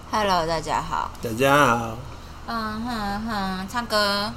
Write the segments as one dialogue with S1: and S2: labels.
S1: Hello， 大家好。
S2: 大家好。
S1: 唱歌。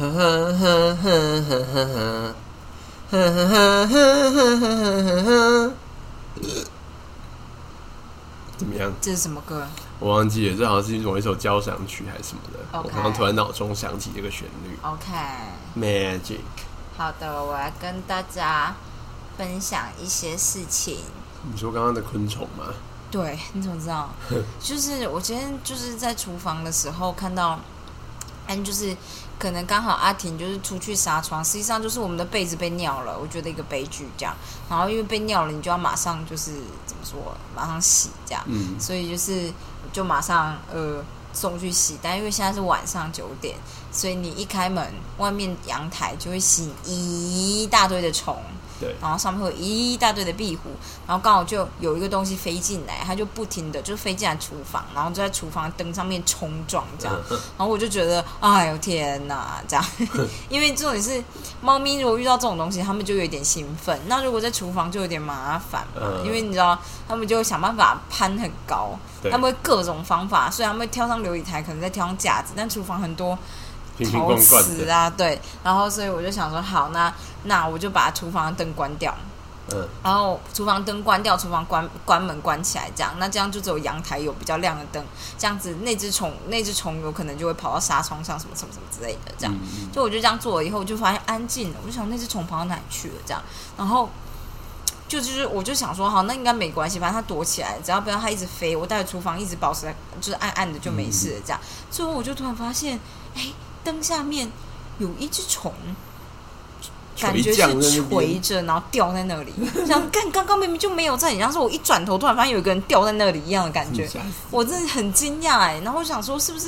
S2: 怎么样？
S1: 这是什么歌？
S2: 我忘记了，这好像是某一首交响曲还是什么的。
S1: Okay.
S2: 我刚刚突然脑中想起这个旋律。
S1: OK。Magic。好的，我来跟大家分享一些事情。
S2: 你说刚刚的昆虫吗？
S1: 对，你怎么知道？就是我今天就是在厨房的时候看到，就是可能刚好阿婷就是出去纱窗，实际上就是我们的被子被尿了，我觉得一个悲剧这样。然后因为被尿了，你就要马上就是怎么说，马上洗这样。所以就马上送去洗，但因为现在是晚上9点，所以你一开门，外面阳台就会吸引一大堆的虫。
S2: 对，
S1: 然后上面会有一大堆的壁虎，然后刚好就有一个东西飞进来，它就不停的就飞进来厨房，然后就在厨房灯上面冲撞这样，然后我就觉得哎呦天哪这样，因为重点是猫咪如果遇到这种东西，它们就有点兴奋，那如果在厨房就有点麻烦嘛，因为你知道它们就会想办法攀很高，它们会各种方法，所以它们会跳上琉璃台，可能再跳上架子，但厨房很多陶瓷啊，对，然后所以我就想说，好，那我就把厨房的灯关掉，然后厨房灯关掉，厨房关门关起来，这样，那这样就只有阳台有比较亮的灯，这样子那只虫有可能就会跑到纱窗上什么什么什么之类的，这样，就我就这样做了以后，我就发现安静了，我就想那只虫跑到哪里去了，这样，然后就是我就想说，好，那应该没关系，反正它躲起来，只要不要它一直飞，我待会厨房一直保持就是暗暗的就没事了，这样，最后我就突然发现，灯下面有一只虫，感觉是垂着，然后掉在那里。像刚刚明明就没有在，像是我一转头，突然发现有一个人掉在那里一样的感觉，我真的很惊讶然后我想说，是不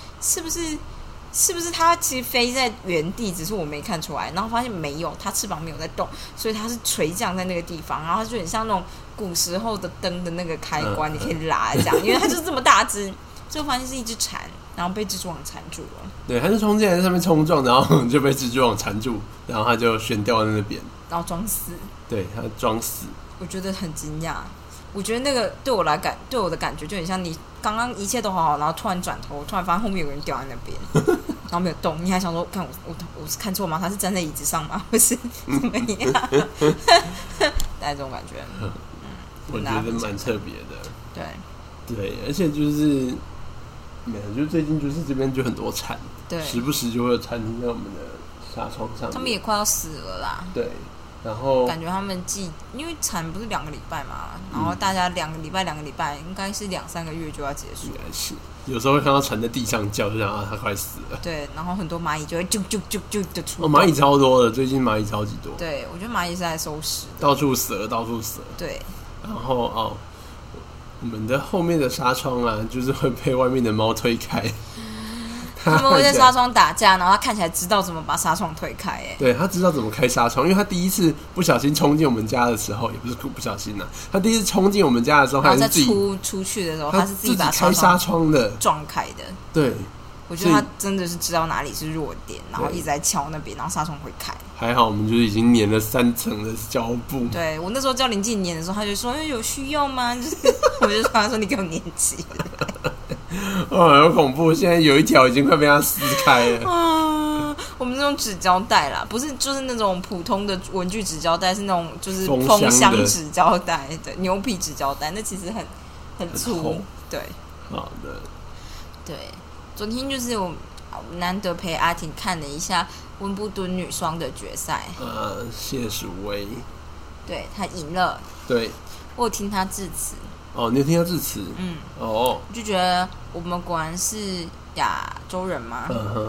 S1: 是它其实飞在原地，只是我没看出来，然后发现没有，它翅膀没有在动，所以它是垂降在那个地方，然后它就很像那种古时候的灯的那个开关，你可以拉这样，因为它就是这么大只，最后发现是一只蝉。然后被蜘蛛网缠住了。对，
S2: 他就冲进来在上面冲撞，然后就被蜘蛛网缠住，然后他就悬吊在那边，
S1: 然后装死。对，
S2: 他装死。
S1: 我觉得很惊讶，我觉得那个对我的感觉就很像你刚刚一切都好好，然后突然转头，突然发现后面有人掉在那边，然后没有动，你还想说，看我是看错吗？他是站在椅子上吗？不是怎么样？大概这种感觉。
S2: 我觉得蛮特别
S1: 的。
S2: 对，而且就是。没有，就最近就是这边就很多蝉，
S1: 对，
S2: 时不时就会有蝉停在我们的纱窗上面。
S1: 他们也快要死了啦。
S2: 对，然后感
S1: 觉他们因为蝉不是2个礼拜嘛，然后大家2个礼拜，应该是2-3个月就要结束。
S2: 应该是，有时候会看到蝉在地上叫，就想它快死了。
S1: 对，然后很多蚂蚁就会啾的出。
S2: 蚂蚁超多的，最近蚂蚁超级多。
S1: 对，我觉得蚂蚁是在收拾的，
S2: 到处蛇。
S1: 对，
S2: 然后我们的后面的纱窗啊，就是会被外面的猫推开。
S1: 他们会在纱窗打架，然后他看起来知道怎么把纱窗推开。
S2: 对，他知道怎么开纱窗，因为他第一次不小心冲进我们家的时候，也不是不小心他第一次冲进我们家的时候，
S1: 然后在出去的时候，他是自己把
S2: 开纱窗的
S1: 撞开的。
S2: 对。
S1: 我觉得他真的是知道哪里是弱点，然后一直在敲那边，然后纱窗会开。
S2: 还好我们就是已经粘了3层的胶布。
S1: 对，我那时候叫林静粘的时候，他就说有需要吗？就是我就跟他说你给我粘起来。
S2: 好恐怖！现在有一条已经快被他撕开了。
S1: 我们是用纸胶带啦，不是就是那种普通的文具纸胶带，是那种就是封箱纸胶带，对，牛皮纸胶带，那其实很粗。对，
S2: 好的，
S1: 对。昨天就是我难得陪阿婷看了一下温布顿女双的决赛。
S2: 谢淑薇，
S1: 对，她赢了。
S2: 对，
S1: 我有听她致辞。
S2: 你有听她致辞？
S1: 我就觉得我们果然是亚洲人嘛。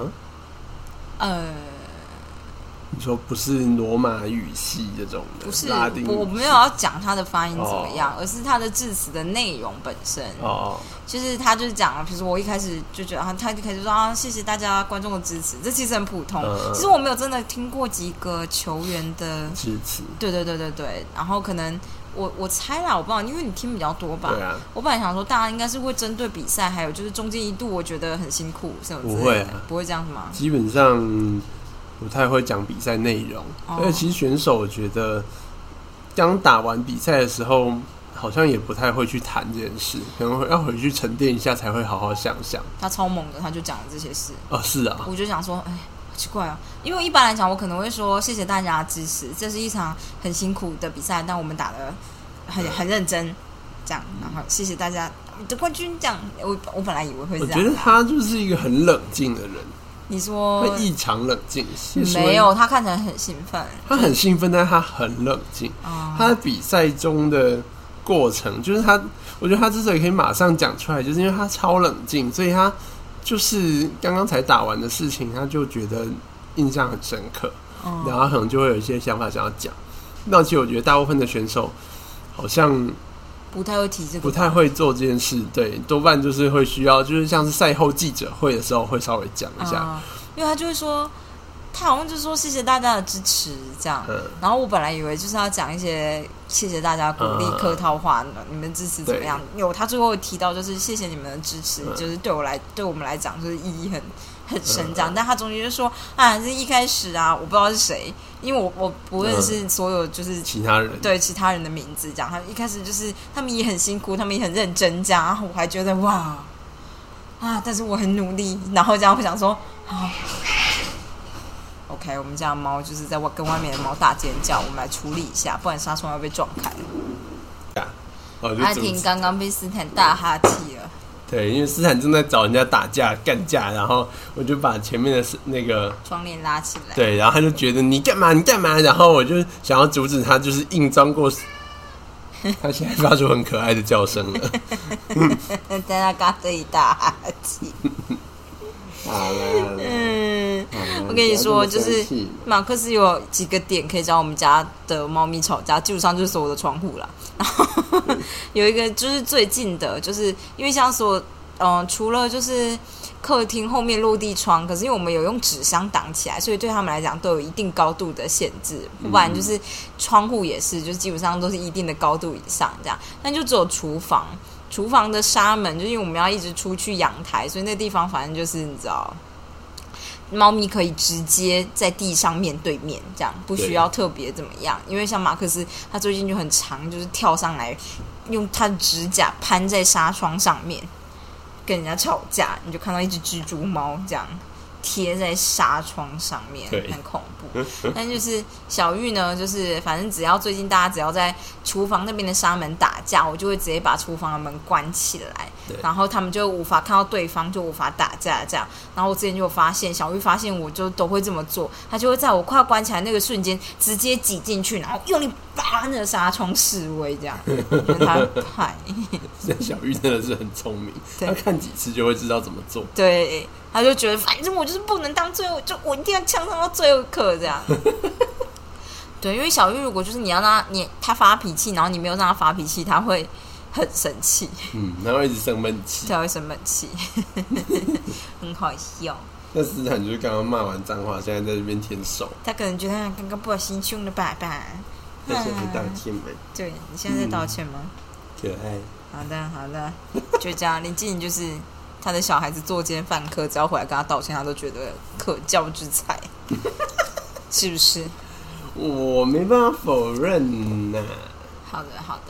S2: 你说不是罗马语系这种的，
S1: 不是
S2: 拉丁语系，
S1: 我没有要讲他的发音怎么样，而是他的致辞的内容本身。就是他就是讲了，比如说我一开始就觉得他就开始说谢谢大家观众的支持，这其实很普通。其实我没有真的听过几个球员的
S2: 致辞。对，
S1: 然后可能我猜啦，我不知道，因为你听比较多吧。
S2: 对啊。
S1: 我本来想说大家应该是会针对比赛，还有就是中间一度我觉得很辛苦什么之类的。
S2: 不会
S1: 不会这样子吗？
S2: 基本上不太会讲比赛内容，而且其实选手我觉得刚打完比赛的时候好像也不太会去谈这件事，可能要回去沉淀一下才会好好想想。
S1: 他超猛的，他就讲了这些事。
S2: 是啊，
S1: 我就想说，好奇怪啊，因为一般来讲，我可能会说谢谢大家的支持，这是一场很辛苦的比赛，但我们打得很认真，这样，然后谢谢大家的冠军，这样。我本来以为会这样。
S2: 我觉得他就是一个很冷静的人。
S1: 你说
S2: 他异常冷静，
S1: 没有？他看起来很兴奋，
S2: 他很兴奋，但他很冷静。他在比赛中的过程，就是我觉得他之所以可以马上讲出来，就是因为他超冷静，所以他就是刚刚才打完的事情，他就觉得印象很深刻，然后他可能就会有一些想法想要讲。那其实我觉得大部分的选手好像
S1: 不太会提这个，
S2: 不太会做这件事，对，多半就是会需要，就是像是赛后记者会的时候会稍微讲一下，
S1: 因为他就会说，他好像就说谢谢大家的支持这样，然后我本来以为就是要讲一些谢谢大家鼓励客套话，你们支持怎么样？他最后提到就是谢谢你们的支持，就是对我们来讲就是意义很深这样，但他中间就说这一开始我不知道是谁，因为我不认识所有就是
S2: 其他人，
S1: 对其他人的名字这样，他一开始就是他们也很辛苦，他们也很认真这样，然后我还觉得哇但是我很努力，然后这样我想说OK， 我们家的猫就是在跟外面的猫大尖叫，我们来处理一下，不然纱窗要被撞开。阿婷刚刚被斯坦大哈气了。
S2: 对，因为斯坦正在找人家打架干架，然后我就把前面的那个
S1: 窗帘拉起来。对，
S2: 然后他就觉得你干嘛，然后我就想要阻止他，就是硬装过。他现在发出很可爱的叫声了。
S1: 但他刚这一大哈气。我跟你说，就是马克思有几个点可以找我们家的猫咪吵架，基本上就是所有的窗户啦。然后有一个就是最近的，就是因为像所有除了就是客厅后面落地窗，可是因为我们有用纸箱挡起来，所以对他们来讲都有一定高度的限制。不然就是窗户也是，就基本上都是一定的高度以上这样。但就只有厨房的纱门，就因为我们要一直出去阳台，所以那地方反正就是你知道，猫咪可以直接在地上面对面，这样不需要特别怎么样。因为像马克思，他最近就很常就是跳上来，用他的指甲攀在纱窗上面，跟人家吵架。你就看到一只蜘蛛猫这样贴在纱窗上面，很恐怖。但就是小玉呢，就是反正最近大家只要在厨房那边的纱门打架，我就会直接把厨房的门关起来，然后他们就无法看到对方，就无法打架这样。然后我之前就有发现，小玉发现我就都会这么做，他就会在我快要关起来那个瞬间直接挤进去，然后用力把那个纱窗示威这样。我觉得他太
S2: 小玉真的是很聪明，他看几次就会知道怎么做。
S1: 对，他就觉得反正我就是不能当最后，就我一定要呛上到最后一刻这样。对，因为小玉如果就是你要让他发脾气，然后你没有让他发脾气，他会很生气。
S2: 他会一直生闷气。
S1: 他会生闷气，很好笑。
S2: 那斯坦就是刚刚骂完脏话，现在在这边舔手。
S1: 他可能觉得刚刚不小心凶了爸爸。
S2: 那现在道歉吗？
S1: 对，你现在在道歉吗？
S2: 可爱。
S1: 好的，就这样。林静就是他的小孩子作奸犯科，只要回来跟他道歉，他都觉得可教之才，是不是？
S2: 我没办法否认呐。
S1: 好的。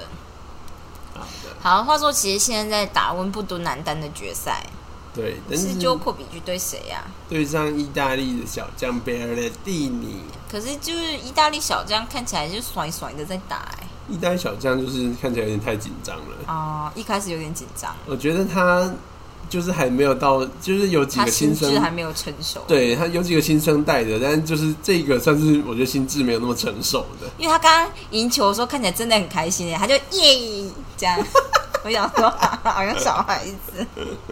S1: 好，话说其实现在在打温布顿男单的决赛，
S2: 对，但是
S1: 纠阔比去对谁呀？
S2: 对上意大利的小将贝尔蒂尼。可
S1: 是就是意大利小将看起来就甩甩的在打
S2: 意大利小将就是看起来有点太紧张了。
S1: 一开始有点紧张。
S2: 我觉得他就是还没有到，就是有几个新生，
S1: 他心智还没有成熟。
S2: 对，他有几个新生代的，但就是这个算是我觉得心智没有那么成熟的。
S1: 因为他刚刚赢球的时候看起来真的很开心耶，他就耶这样。我想说，好像小孩子，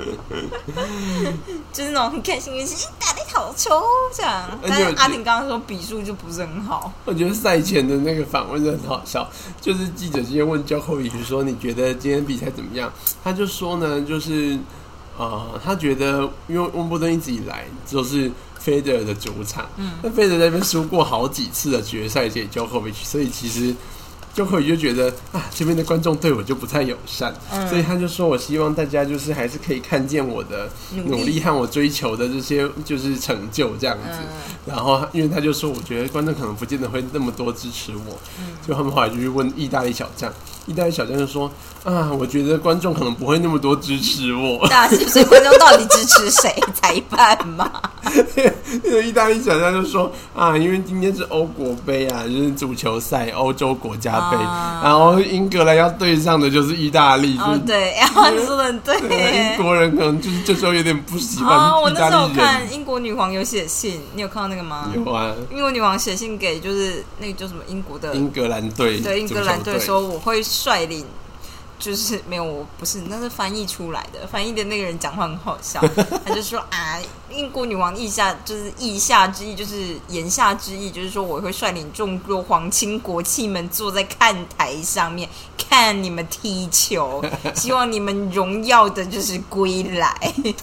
S1: 就是那种很开心的心，打得好球这样。但是阿婷刚刚说比数就不是很好。
S2: 我觉得赛前的那个访问真的很好笑，就是记者今天问焦扣比说你觉得今天比赛怎么样？他就说呢，就是他觉得因为温布顿一直以来都是费德勒的主场，那费德勒那边输过好几次的决赛给焦扣比，所以其实。就会就觉得这边的观众对我就不太友善，所以他就说我希望大家就是还是可以看见我的努力和我追求的这些就是成就这样子。然后因为他就说我觉得观众可能不见得会那么多支持我，就他们后来就去问意大利小将， 意大利小将就说啊，我觉得观众可能不会那么多支持我。
S1: 所以观众到底支持谁？裁判吗？
S2: 因为意大利小将就说啊，因为今天是欧国杯啊，就是足球赛，欧洲国家杯，然后英格兰要对上的就是意大利。
S1: 对，然后你说的很对。
S2: 英国人可能就是这时候有点不喜欢
S1: 我
S2: 意大利人。
S1: 那时候看英国女皇有写信，你有看到那个吗？
S2: 有啊，
S1: 英国女皇写信给就是那个叫什么英国的
S2: 英格兰队，
S1: 对英格兰队说我会率领。就是没有，我不是，那是翻译出来的。翻译的那个人讲话很好笑，他就说啊，英国女王意下之意，就是言下之意，就是说我会率领众多皇亲国戚们坐在看台上面看你们踢球，希望你们荣耀的就是归来。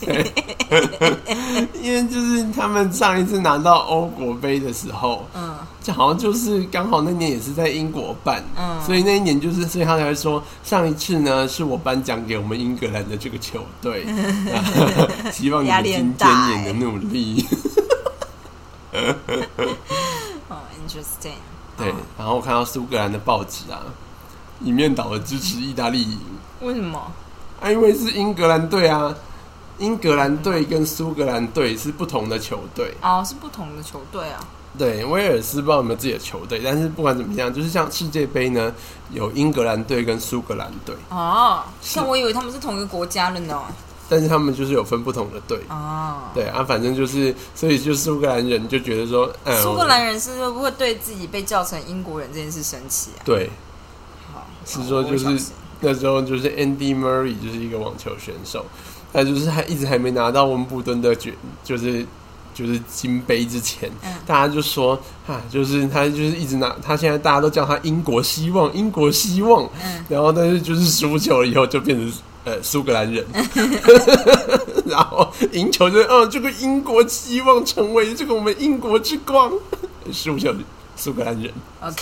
S2: 因为就是他们上一次拿到欧国杯的时候，就好像就是刚好那年也是在英国办，所以那一年就是，所以他才会说上一次呢是我颁奖给我们英格兰的这个球队，希望你们今天也能努力。
S1: interesting。
S2: 对，然后我看到苏格兰的报纸啊，一面倒的支持意大利赢。
S1: 为什么？
S2: 因为是英格兰队啊。英格兰队跟苏格兰队是不同的球队
S1: 是不同的球队啊。
S2: 对，威尔斯不知道有没有自己的球队，但是不管怎么样，就是像世界杯呢，有英格兰队跟苏格兰队。
S1: 像我以为他们是同一个国家了呢。
S2: 但是他们就是有分不同的队对反正就是，所以就苏格兰人就觉得说，
S1: 苏格兰人是会不会对自己被叫成英国人这件事生气啊？
S2: 对，是说就是那时候就是 Andy Murray 就是一个网球选手。他就是一直还没拿到温布顿的就是金杯之前，大家就说就是他就是一直拿，他现在大家都叫他英国希望，英国希望，然后但是就是输球了以后就变成苏格兰人，然后赢球就这个英国希望成为这个我们英国之光，输球苏格兰人。
S1: OK，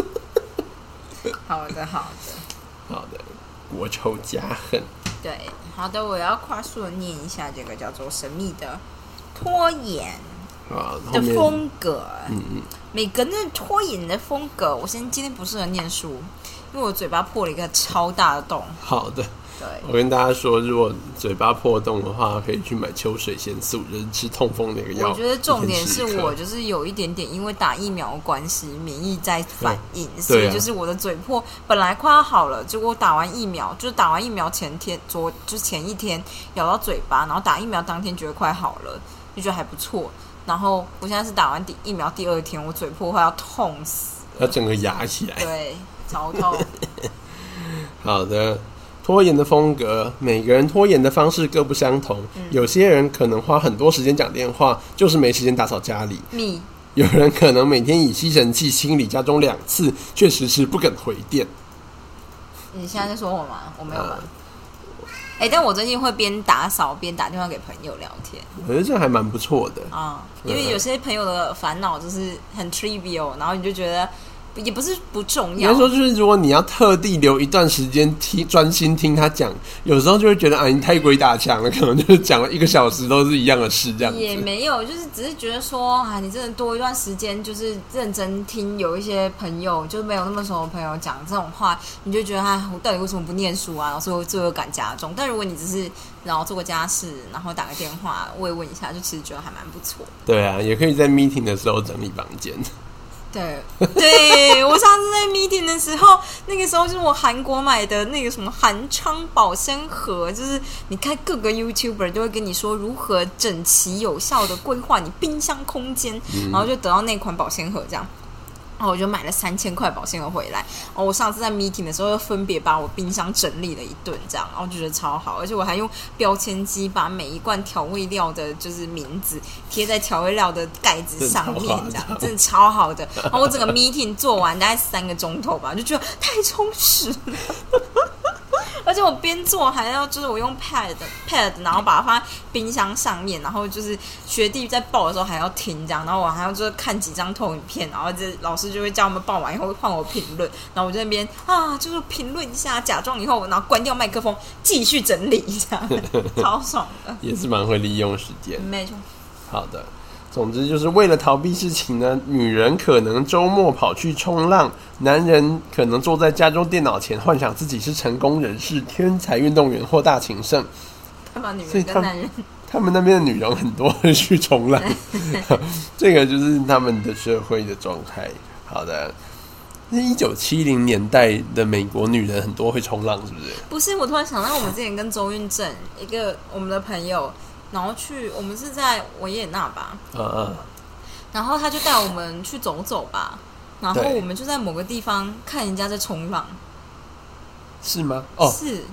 S1: 好的，
S2: 国仇家恨。
S1: 对，好的，我要快速的念一下这个叫做神秘的拖延的风格。每个人拖延的风格，我今天不适合念书，因为我嘴巴破了一个超大的洞。
S2: 好的。
S1: 对，
S2: 我跟大家说，如果嘴巴破洞的话，可以去买秋水仙素，就是吃痛风那个药。
S1: 我觉得重点是我就是有一点点因为打疫苗的关系，免疫在反应，所以就是我的嘴破本来快要好了，结果打完疫苗前一天咬到嘴巴，然后打疫苗当天觉得快好了，就觉得还不错。然后我现在是打完疫苗第2天，我嘴破快要痛死了，
S2: 要整个压起来，
S1: 对，超痛。
S2: 好的。拖延的风格，每个人拖延的方式各不相同。有些人可能花很多时间讲电话，就是没时间打扫家里。有人可能每天以吸尘器清理家中2次，却迟迟不肯回电。
S1: 你现在在说我吗？我没有吧。但我最近会边打扫边打电话给朋友聊天，
S2: 我觉得这还蛮不错的
S1: 因为有些朋友的烦恼就是很 trivial， 然后你就觉得也不是不重要。应该
S2: 说，就是如果你要特地留一段时间专心听他讲，有时候就会觉得你太鬼打墙了，可能就是讲了1个小时都是一样的事，这样子。
S1: 也没有，就是只是觉得说你真的多一段时间，就是认真听有一些朋友就没有那么熟的朋友讲这种话，你就觉得我到底为什么不念书啊？然后所以罪恶感加重。但如果你只是然后做个家事，然后打个电话慰问一下，就其实觉得还蛮不错。
S2: 对啊，也可以在 meeting 的时候整理房间。
S1: 对，我上次在 meeting 的时候，那个时候就是我韩国买的那个什么韩昌保鲜盒，就是你看各个 YouTuber 都会跟你说如何整齐有效的规划你冰箱空间，然后就得到那款保鲜盒这样。然后我就买了3000块保鲜盒回来。然后我上次在 meeting 的时候，又分别把我冰箱整理了一顿，这样，然后就觉得超好。而且我还用标签机把每一罐调味料的，就是名字贴在调味料的盖子上面，这样真的超好的。然后我整个 meeting 做完大概3个钟头吧，就觉得太充实了。而且我边做还要就是我用 pad， 然后把它放在冰箱上面，然后就是学弟在报的时候还要听这样，然后我还要就是看几张投影片，然后这老师就会叫他们报完以后换我评论，然后我在那边就是评论一下，假装以后然后关掉麦克风继续整理一下，超爽的，
S2: 也是蛮会利用时间。
S1: 没错。
S2: 好的。 总之就是为了逃避事情呢，女人可能周末跑去冲浪，男人可能坐在家中电脑前幻想自己是成功人士、天才运动员或大情圣。
S1: 他把女人跟男人，
S2: 他们那边的女人很多人去冲浪，这个就是他们的社会的状态。好的。1970年代的美国女人很多会冲浪，是不是？
S1: 不是，我突然想到，我们之前跟周韵正一个我们的朋友，然后我们是在维也纳吧，然后他就带我们去走走吧，然后我们就在某个地方看人家在冲浪，
S2: 是吗？哦，
S1: 是，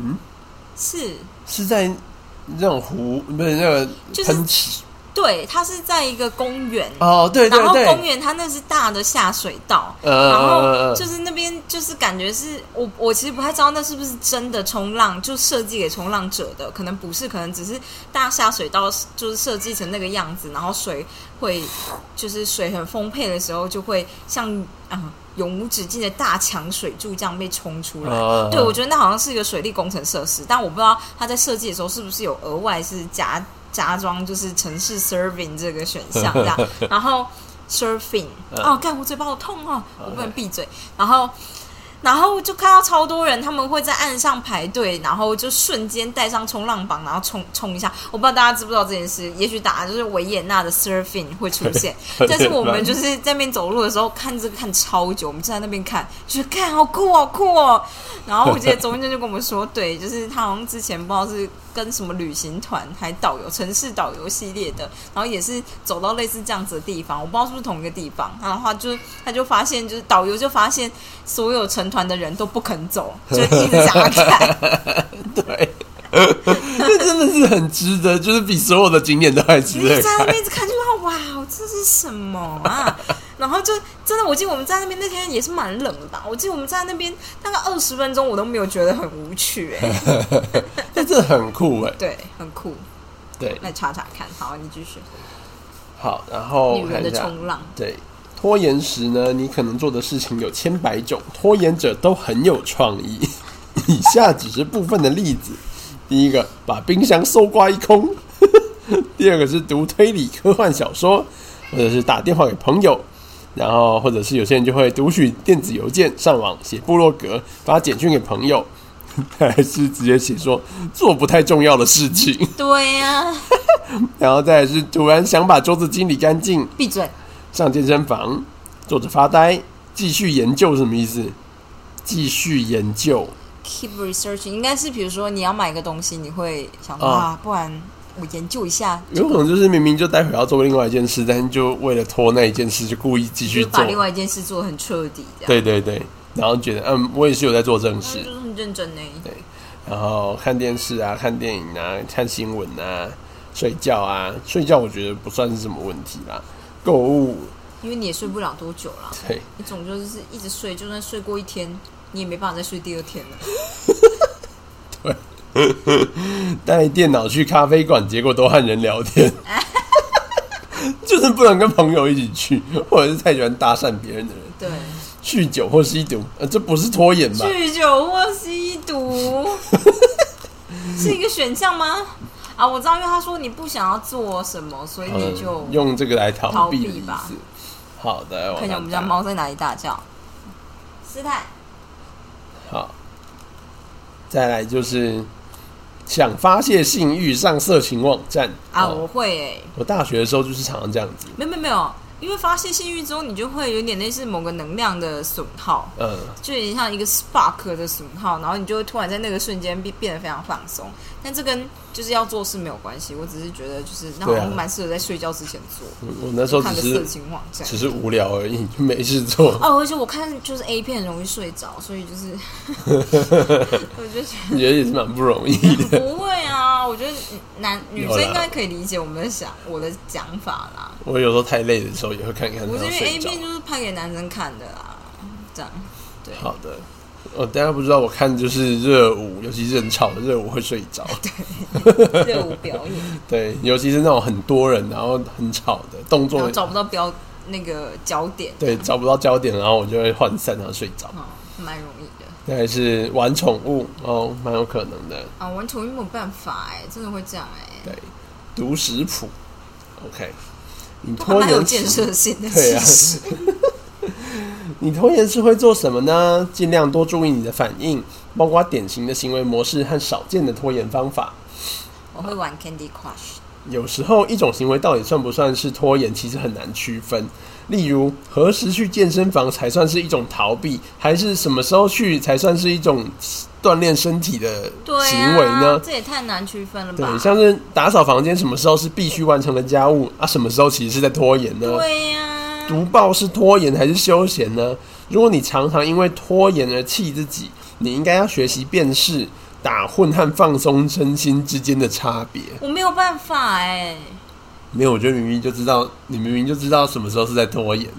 S1: 是
S2: 在那种湖，不是那个喷泉。
S1: 对，它是在一个公园
S2: 哦，对对对，
S1: 然后公园它那是大的下水道，然后就是那边就是感觉是我其实不太知道那是不是真的冲浪，就设计给冲浪者的，可能不是，可能只是大下水道就是设计成那个样子，然后水会就是水很丰沛的时候就会像永无止境的大强水柱这样被冲出来。对，我觉得那好像是一个水利工程设施，但我不知道他在设计的时候是不是有额外是加装就是城市 surfing 这个选项这样，然后 surfing 干我嘴巴好痛哦，我不能闭嘴，然后就看到超多人，他们会在岸上排队，然后就瞬间带上冲浪板，然后冲一下。我不知道大家知不知道这件事，也许打就是维也纳的 surfing 会出现，但是我们就是在那边走路的时候看这个看超久，我们就在那边看，就看好酷好酷哦。然后我记得周文正就跟我们说，对，就是他好像之前不知道是跟什么旅行团还导游城市导游系列的，然后也是走到类似这样子的地方，我不知道是不是同一个地方。然后他就发现，就是导游就发现所有成团的人都不肯走，就一直想要看。
S2: 对，这真的是很值得，就是比所有的景点都还值得看。
S1: 在那边一直看，就说哇，这是什么啊？然后就真的，我记得我们在那边那天也是蛮冷的吧？我记得我们在那边大概20分钟，我都没有觉得很无趣
S2: 但这很酷
S1: 对，很酷。
S2: 对，
S1: 来查查看。好，你继续。
S2: 好，然后
S1: 女人的冲浪。
S2: 对，拖延时呢，你可能做的事情有千百种，拖延者都很有创意。以下只是部分的例子。第一个，把冰箱搜刮一空；第二个是读推理科幻小说，或者是打电话给朋友。然后，或者是有些人就会读取电子邮件、上网写部落格、发简讯给朋友，还是直接写说做不太重要的事情。
S1: 对呀、
S2: 然后再来是突然想把桌子清理干净，
S1: 闭嘴。
S2: 上健身房，坐着发呆，继续研究什么意思？继续研究
S1: ，keep researching 应该是比如说你要买一个东西，你会想说不然我研究一下。
S2: 有可能就是明明就待会要做另外一件事，但是就为了拖那一件事，就故意继续做，
S1: 就把另外一件事做得很彻底。
S2: 对对对，然后觉得我也是有在做正事，
S1: 就是很认真呢。
S2: 对，然后看电视啊，看电影啊，看新闻啊，睡觉啊，睡觉我觉得不算是什么问题啦。购物，
S1: 因为你也睡不了多久啦。
S2: 对，
S1: 你总就是一直睡，就算睡过一天，你也没办法再睡第二天了。
S2: 对。带电脑去咖啡馆，结果都和人聊天，就是不能跟朋友一起去，或者是太喜欢搭讪别人的人。
S1: 对，
S2: 酗酒或吸毒，这不是拖延吧？
S1: 酗酒或吸毒是一个选项吗？啊，我知道，因为他说你不想要做什么，所以你就
S2: 用这个来逃避的意
S1: 吧。
S2: 好的，
S1: 看一下我们家猫在哪里大叫。斯泰。
S2: 好，再来就是想发泄性欲上色情网站
S1: 啊，我会
S2: 我大学的时候就是常常这样子。
S1: 没有，因为发泄性欲之后，你就会有点类似某个能量的损耗，就有点像一个 spark 的损耗，然后你就会突然在那个瞬间变得非常放松。但这跟就是要做事没有关系，我只是觉得就是那好像蛮适合在睡觉之前做。
S2: 我那时候
S1: 看个色情网站，
S2: 只是无聊而已，就没事做。
S1: 而且我看就是 A 片很容易睡着，所以就是我就觉得
S2: 也是蛮不容易的。
S1: 不会啊，我觉得女生应该可以理解我的讲法啦。
S2: 我有时候太累的时候也会看看。
S1: 我是因为 A 片就是拍给男生看的啦，这样对。
S2: 好的。大家不知道，我看就是热舞，尤其是很吵的热舞会睡着。
S1: 对，热舞表演。
S2: 对，尤其是那种很多人，然后很吵的动作，
S1: 然后找不到那个焦点。
S2: 对，找不到焦点，然后我就会涣散，然后睡着。
S1: 蛮容易的。
S2: 再来是玩宠物蛮有可能的。
S1: 玩宠物没有办法真的会这样
S2: 对，读食谱 ，OK。 你拖延
S1: 蛮有建设性的
S2: 对啊
S1: 其实。
S2: 你拖延时会做什么呢？尽量多注意你的反应，包括典型的行为模式和少见的拖延方法。
S1: 我会玩 Candy Crush。
S2: 有时候一种行为到底算不算是拖延，其实很难区分。例如，何时去健身房才算是一种逃避，还是什么时候去才算是一种锻炼身体的行为呢？
S1: 这也太难区分了吧？
S2: 对，像是打扫房间，什么时候是必须完成的家务啊？什么时候其实是在拖延呢？
S1: 对呀、
S2: 读报是拖延还是休闲呢？如果你常常因为拖延而气自己，你应该要学习辨识打混和放松身心之间的差别。
S1: 我没有办法
S2: 没有，我觉得你明明就知道什么时候是在拖延。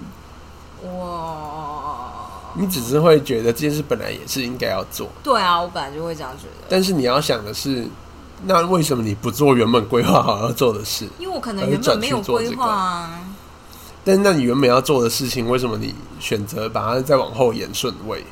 S2: 你只是会觉得这件事本来也是应该要做。
S1: 对啊，我本来就会这样觉得。
S2: 但是你要想的是，那为什么你不做原本规划好要做的事？
S1: 因为我可能原本没有规划啊。
S2: 但是那你原本要做的事情，为什么你选择把它再往后延顺位？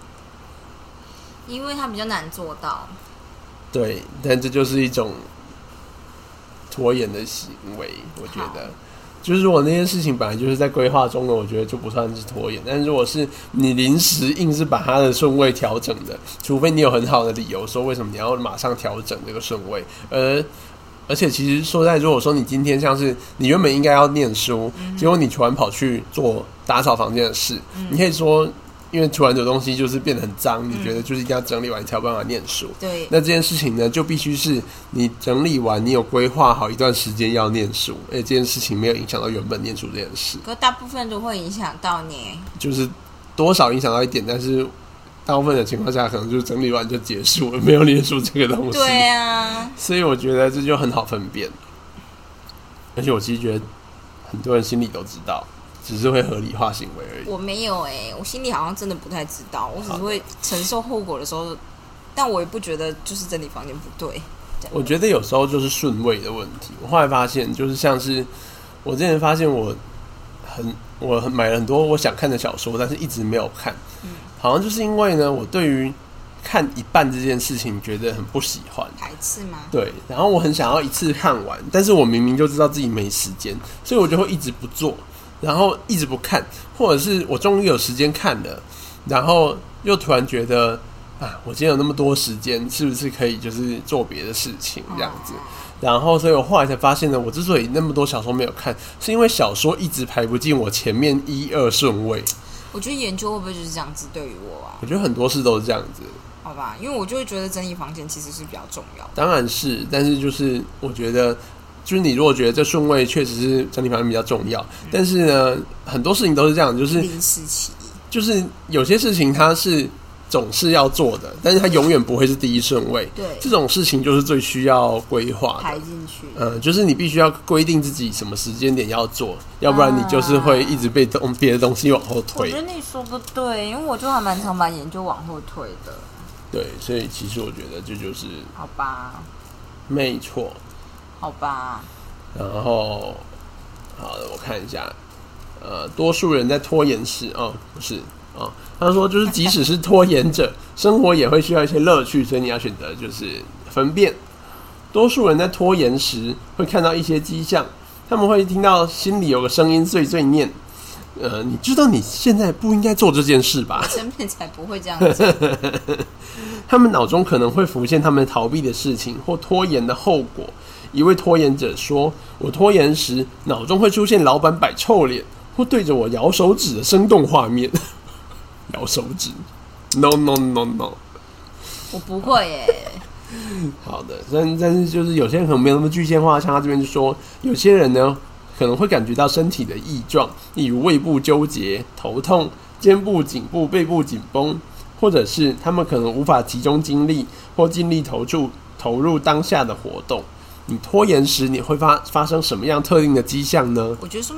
S1: 因为它比较难做到。
S2: 对，但这就是一种拖延的行为，我觉得。就是如果那件事情本来就是在规划中的，我觉得就不算是拖延。但是如果是你临时硬是把它的顺位调整的，除非你有很好的理由说为什么你要马上调整这个顺位，而且其实说在，如果说你今天像是你原本应该要念书，结果你突然跑去做打扫房间的事，你可以说因为突然有东西就是变得很脏，你觉得就是一定要整理完你才有办法念书。
S1: 对，
S2: 那这件事情呢，就必须是你整理完，你有规划好一段时间要念书，而且这件事情没有影响到原本念书这件事。
S1: 可大部分都会影响到你，
S2: 就是多少影响到一点，但是大部分的情况下，可能就整理完就结束了，没有念书这个东西。
S1: 对啊，
S2: 所以我觉得这就很好分辨。而且我其实觉得很多人心里都知道。只是会合理化行为而已。
S1: 我没有我心里好像真的不太知道，我只是会承受后果的时候，但我也不觉得就是整理房间不对。
S2: 我觉得有时候就是顺位的问题。我后来发现，就是像是我之前发现我买了很多我想看的小说，但是一直没有看。好像就是因为呢，我对于看一半这件事情觉得很不喜欢，
S1: 排斥吗？
S2: 对，然后我很想要一次看完，但是我明明就知道自己没时间，所以我就会一直不做。然后一直不看，或者是我终于有时间看了，然后又突然觉得啊，我今天有那么多时间，是不是可以就是做别的事情这样子？然后，所以我后来才发现呢，我之所以那么多小说没有看，是因为小说一直排不进我前面1、2顺位。
S1: 我觉得研究会不会就是这样子对于我啊？
S2: 我觉得很多事都是这样子。
S1: 好吧，因为我就会觉得整理房间其实是比较重要。
S2: 当然是，但是就是我觉得。就是你如果觉得这顺位确实是整体方面比较重要，但是呢，很多事情都是这样，就是
S1: 临时起意，
S2: 就是有些事情它是总是要做的，但是它永远不会是第一顺位。
S1: 对，
S2: 这种事情就是最需要规划的，
S1: 排进去。
S2: 就是你必须要规定自己什么时间点要做，要不然你就是会一直被别的东西往后推。
S1: 我觉得你说的对，因为我就还蛮常把研究往后推的。
S2: 对，所以其实我觉得这就是
S1: 好吧，
S2: 没错。
S1: 好吧，
S2: 然后好的，我看一下，多数人在拖延时，不是他说就是即使是拖延者，生活也会需要一些乐趣，所以你要选择就是分辨。多数人在拖延时会看到一些迹象，他们会听到心里有个声音碎碎念，你知道你现在不应该做这件事吧？
S1: 我身边才不会这样子。
S2: 他们脑中可能会浮现他们逃避的事情或拖延的后果。一位拖延者说：“我拖延时，脑中会出现老板摆臭脸或对着我摇手指的生动画面。”摇手指 ？No No No No！
S1: 我不会耶。
S2: 好的，但是就是有些人可能没有那么具象化，像他这边就说，有些人呢可能会感觉到身体的异状，例如胃部纠结、头痛、肩部、颈部、背部紧绷，或者是他们可能无法集中精力或尽力投入当下的活动。你拖延时，你会发生什么样特定的迹象呢？
S1: 我觉得说不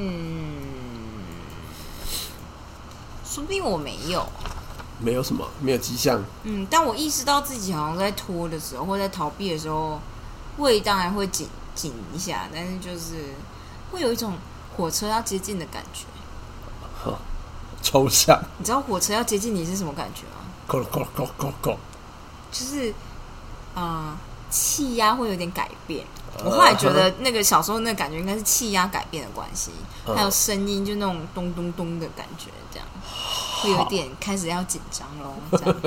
S1: 定我没有，
S2: 没有什么，没有迹象。
S1: 但我意识到自己好像在拖的时候，或在逃避的时候，胃当然会紧一下，但是就是会有一种火车要接近的感觉。
S2: 抽象。
S1: 你知道火车要接近你是什么感觉吗？
S2: 咕咕咕咕咕，
S1: 就是气压会有点改变， 我后来觉得那个小时候那个感觉应该是气压改变的关系，还有声音就那种咚咚咚的感觉，这样会有点开始要紧张咯。这样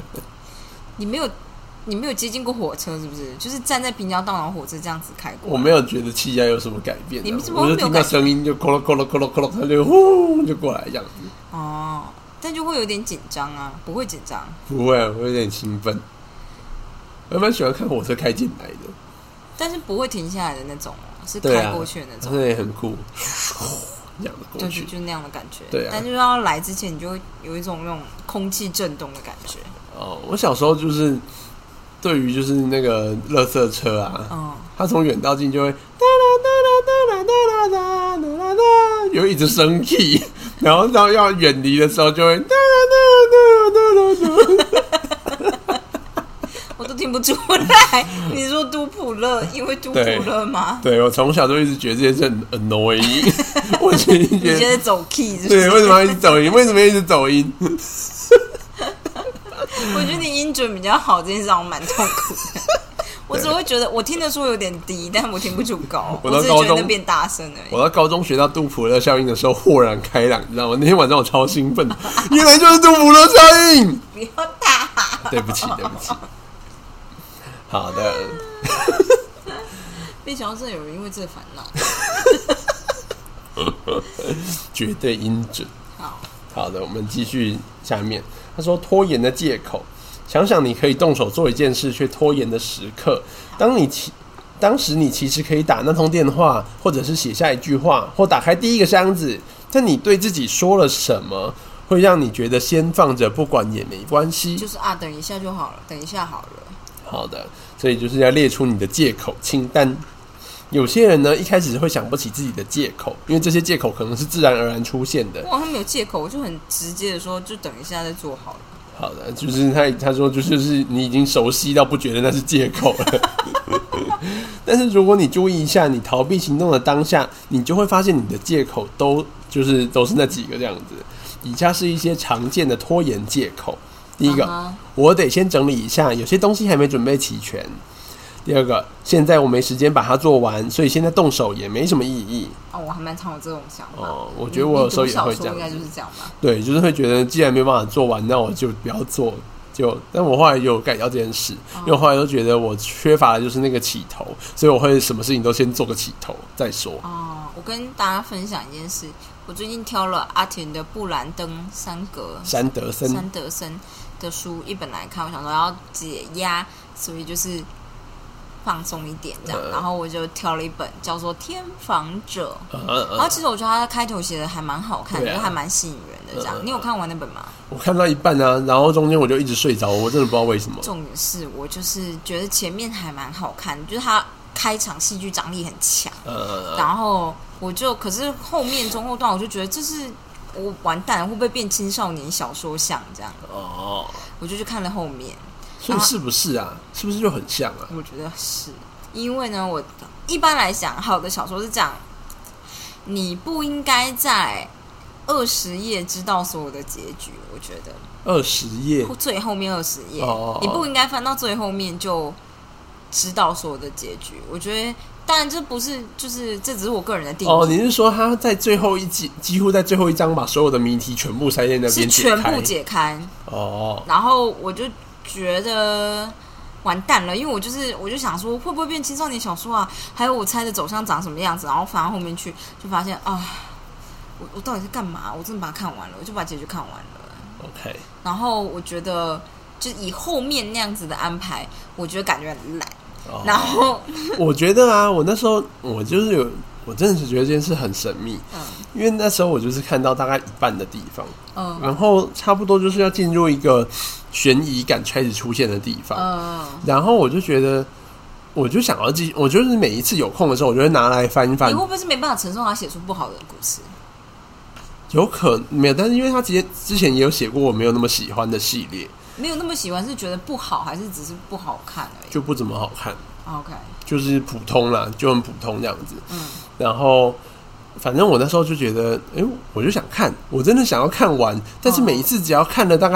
S1: 你没有接近过火车是不是？就是站在平交道，然后火车这样子开过。
S2: 我没有觉得气压有什么改变，
S1: 你怎么会没有
S2: 我就听到声音就咕噜咕噜咕噜咕噜，它就呼就过来这样子。
S1: 哦，但就会有点紧张啊，不会紧张？
S2: 不会，我有点兴奋。我蛮喜欢看火车开进来的，
S1: 但是不会停下来的那种，是开过去的那种，
S2: 那也很酷，这样的过去，
S1: 就那样的感觉。
S2: 对啊，
S1: 但就是要来之前，你就会有一种那种空气震动的感觉。
S2: 哦，我小时候就是对于就是那个垃圾车啊，它从远到近就会哒啦哒啦哒啦哒啦哒啦哒，有一直生气，然后到要远离的时候就会哒啦哒啦哒啦哒啦。
S1: 我都听不出来，你说都普勒，因为都普勒吗？
S2: 对，我从小就一直觉得这件事很 annoying。我觉得你
S1: 觉得走 key 是不是？
S2: 对，为什么要一直走音？为什么要一直走音？
S1: 我觉得你音准比较好，这件事让我蛮痛苦的。我只会觉得我听得出有点低，但我听不出高。我只是觉得那变大声而已。
S2: 我到高中学到杜普勒效应的时候，豁然开朗，你知道吗？那天晚上我超兴奋，原来就是杜普勒效应。
S1: 不要打！
S2: 对不起，对不起。好的。
S1: 没想到真的有人因为这个烦恼。
S2: 绝对音准。
S1: 好
S2: 的，我们继续下面。他说拖延的借口，想想你可以动手做一件事却拖延的时刻。当时你其实可以打那通电话，或者是写下一句话，或打开第一个箱子，但你对自己说了什么，会让你觉得先放着不管也没关系，
S1: 就是等一下就好了，等一下好了。好
S2: 的，所以就是要列出你的借口清单。有些人呢，一开始会想不起自己的借口，因为这些借口可能是自然而然出现的。
S1: 哇，他没有借口，我就很直接的说，就等一下再做好了。
S2: 好的，就是他说就是你已经熟悉到不觉得那是借口了。但是如果你注意一下，你逃避行动的当下，你就会发现你的借口都是那几个这样子。以下是一些常见的拖延借口。第一个，我得先整理一下，有些东西还没准备齐全。第二个，现在我没时间把它做完，所以现在动手也没什么意义。
S1: 我还蛮常有这种想法。
S2: 我觉得我有时候也会这样。
S1: 应该就是这样吧。
S2: 对，就是会觉得既然没办法做完，那我就不要做。但我后来有改掉这件事，因为我后来都觉得我缺乏的就是那个起头，所以我会什么事情都先做个起头再说。
S1: 我跟大家分享一件事，我最近挑了阿田的《布兰登山德森的书一本来看，我想说要解压，所以就是放松一点这样，然后我就挑了一本叫做《天房者》，然后其实我觉得他的开头写的还蛮好看的，就还蛮吸引人的这样。你有看完那本吗？
S2: 我看到一半啊，然后中间我就一直睡着，我真的不知道为什么。
S1: 重点是我就是觉得前面还蛮好看，就是他开场戏剧张力很强，然后可是后面中后段我就觉得这是我完蛋了，会不会变青少年小说像这样？我就去看了后面。
S2: 所以是不是啊？是不是就很像啊？
S1: 我觉得是，因为呢，我一般来讲，好的小说是这样，你不应该在20页知道所有的结局。我觉得
S2: 20页
S1: 最后面20页，你不应该翻到最后面就知道所有的结局。我觉得，当然这不是，就是这只是我个人的定义。
S2: 你是说他在最后一集，几乎在最后一章把所有的谜题全部塞在那边，是
S1: 全部解开？然后我就觉得完蛋了，因为我就想说会不会变青少年小说啊？还有我猜的走向长什么样子？然后翻到后面去就发现我到底是干嘛？我真的把它看完了，我就把结局看完了。
S2: OK。
S1: 然后我觉得就以后面那样子的安排，我觉得感觉很烂。然后
S2: 我觉得啊，我那时候我真的是觉得这件事很神秘，因为那时候我就是看到大概一半的地方，然后差不多就是要进入一个悬疑感开始出现的地方，然后我就觉得，我就想要我就是每一次有空的时候，我就会拿来翻一翻。
S1: 你会不会是没办法承受他写出不好的故事？
S2: 有可能没有，但是因为他之前也有写过我没有那么喜欢的系列。
S1: 没有那么喜欢是觉得不好，还是只是不好看而已？
S2: 就不怎么好看。
S1: OK，
S2: 就是普通啦，就很普通这样子。然后反正我那时候就觉得，我就想看，我真的想要看完，但是每一次只要看了大概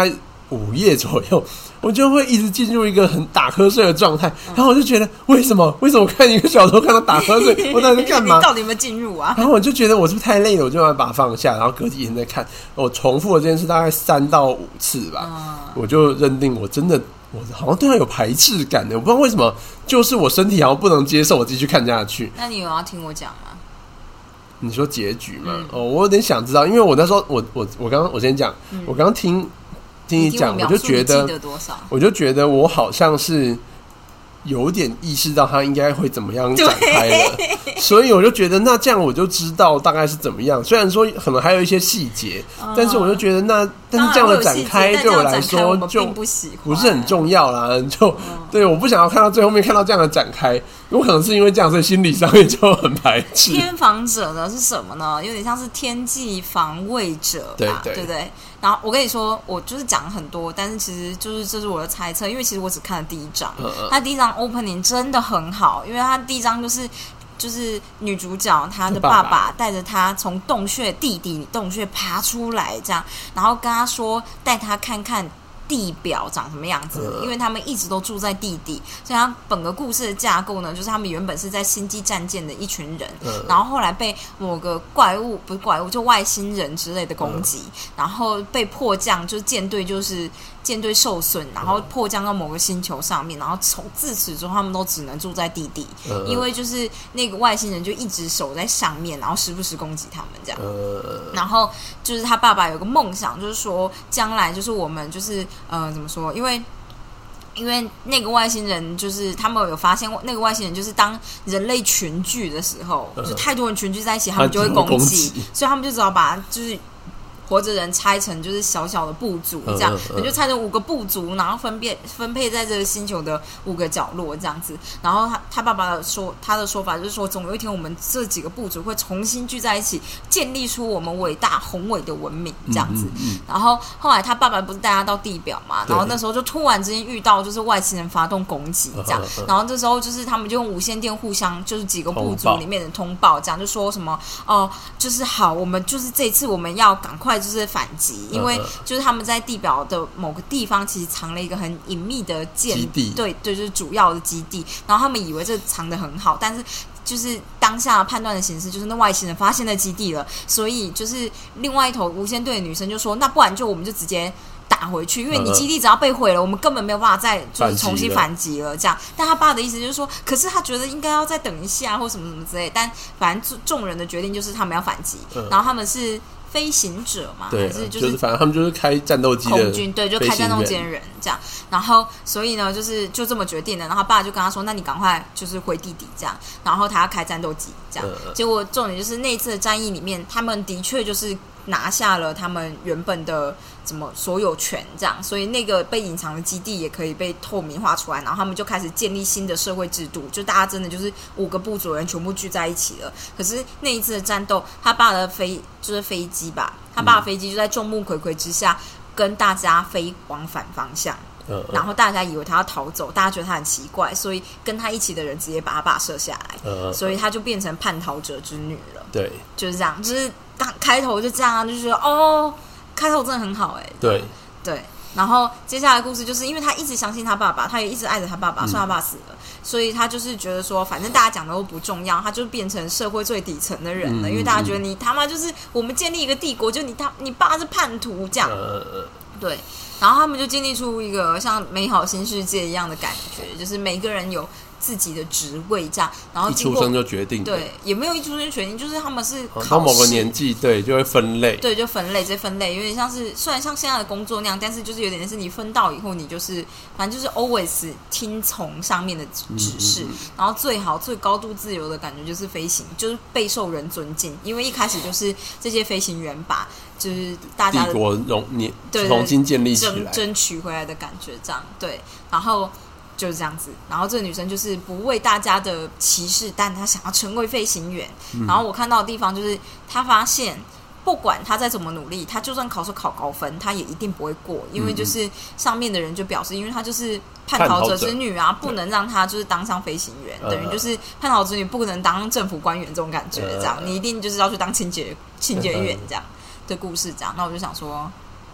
S2: 5页左右，我就会一直进入一个很打瞌睡的状态，然后我就觉得为什么看一个小说看到打瞌睡，我到底在干嘛？
S1: 你到底有没有进入啊？
S2: 然后我就觉得我是不是太累了，我就把它放下，然后隔几天再看。我重复了这件事大概3到5次吧，我就认定我好像对它有排斥感的，我不知道为什么，就是我身体好像不能接受我继续看下去。
S1: 那你有要听我讲吗？
S2: 你说结局吗？我有点想知道，因为我那时候我先讲，我刚刚听你讲，我就觉得我好像是有点意识到他应该会怎么样展开了，所以我就觉得那这样我就知道大概是怎么样。虽然说可能还有一些细节，但是我就觉得但是这样的展开对我来说就不是很重要啦。对，我不想要看到最后面看到这样的展开，有可能是因为这样，所以心理上面就很排斥。
S1: 天防者呢是什么呢？有点像是天际防卫者吧，对不对？然后我跟你说，我就是讲很多，但是其实就是这是我的猜测，因为其实我只看了第1章，他第1章 opening 真的很好，因为他第1章就是女主角她的爸爸带着她从地底洞穴爬出来，这样，然后跟她说带她看看地表长什么样子，因为他们一直都住在地底，所以他本个故事的架构呢，就是他们原本是在星际战舰的一群人，然后后来被某个不是怪物，就外星人之类的攻击，然后被迫降，就是舰队受损，然后迫降到某个星球上面，然后自此之后他们都只能住在地底，因为就是那个外星人就一直守在上面，然后时不时攻击他们这样。然后就是他爸爸有个梦想，就是说将来就是我们就是怎么说？因为那个外星人就是他们有发现，那个外星人就是当人类群聚的时候，就太多人群聚在一起，他们就会攻击，所以他们就只好把就是活着人拆成就是小小的部族，这样你就拆成5个部族，然后分配在这个星球的5个角落这样子。然后他爸爸他的说法就是说，总有一天我们这几个部族会重新聚在一起，建立出我们伟大宏伟的文明这样子。然后后来他爸爸不是带他到地表嘛，然后那时候就突然之间遇到就是外星人发动攻击这样，然后这时候就是他们就用无线电互相就是几个部族里面的通报，这样就说什么就是好，我们就是这一次我们要赶快就是反击，因为就是他们在地表的某个地方其实藏了一个很隐秘的基地，对，就是主要的基地。然后他们以为这藏得很好，但是就是当下判断的形式就是那外星人发现了基地了，所以就是另外一头无线队的女生就说，那不然我们就直接打回去，因为你基地只要被毁了，我们根本没有办法再就是重新反击了这样。但他爸的意思就是说，可是他觉得应该要再等一下或什么什么之类，但反正众人的决定就是他们要反击，然后他们是飞行者嘛，
S2: 对，
S1: 还是
S2: 就是反正他们就是开战斗机的
S1: 空军，对，就开战斗机的人这样。然后所以呢，就这么决定了。然后他爸就跟他说：“那你赶快就是回地底这样。”然后他要开战斗机这样。结果重点就是那一次的战役里面，他们的确就是拿下了他们原本的所有权这样，所以那个被隐藏的基地也可以被透明化出来，然后他们就开始建立新的社会制度，就大家真的就是5个部族人全部聚在一起了。可是那一次的战斗，他爸的飞机吧，他爸的飞机就在众目睽睽之下跟大家飞往反方向。然后大家以为他要逃走，大家觉得他很奇怪，所以跟他一起的人直接把他爸射下来，所以他就变成叛逃者之女了。对，就是这样，就是开头就这样，就觉得开头真的很好对。然后接下来的故事就是因为他一直相信他爸爸，他也一直爱着他爸爸，虽然他爸死了，所以他就是觉得说，反正大家讲的都不重要，他就变成社会最底层的人了，因为大家觉得你他妈就是我们建立一个帝国，就你爸是叛徒这样，对。然后他们就建立出一个像美好新世界一样的感觉，就是每个人有自己的职位这样，然后
S2: 一出生就决定，
S1: 对，也没有一出生决定，就是他们是考试
S2: 到某个年纪，对，就会分类，
S1: 对，就分类，直接分类，有点像是虽然像现在的工作那样，但是就是有点是你分到以后，你就是反正就是 always 听从上面的指示，然后最好最高度自由的感觉就是飞行，就是备受人尊敬，因为一开始就是这些飞行员把就是大家的
S2: 帝国重新建立起来，
S1: 争取回来的感觉，这样对，然后。就是这样子，然后这个女生就是不为大家的歧视，但她想要成为飞行员。然后我看到的地方就是，她发现不管她再怎么努力，她就算考高分，她也一定不会过，因为就是上面的人就表示，因为她就是叛逃者之女啊，不能让她就是当上飞行员，等于就是叛逃之女不能当政府官员这种感觉，这样你一定就是要去当清洁员这样的故事，这样。那我就想说。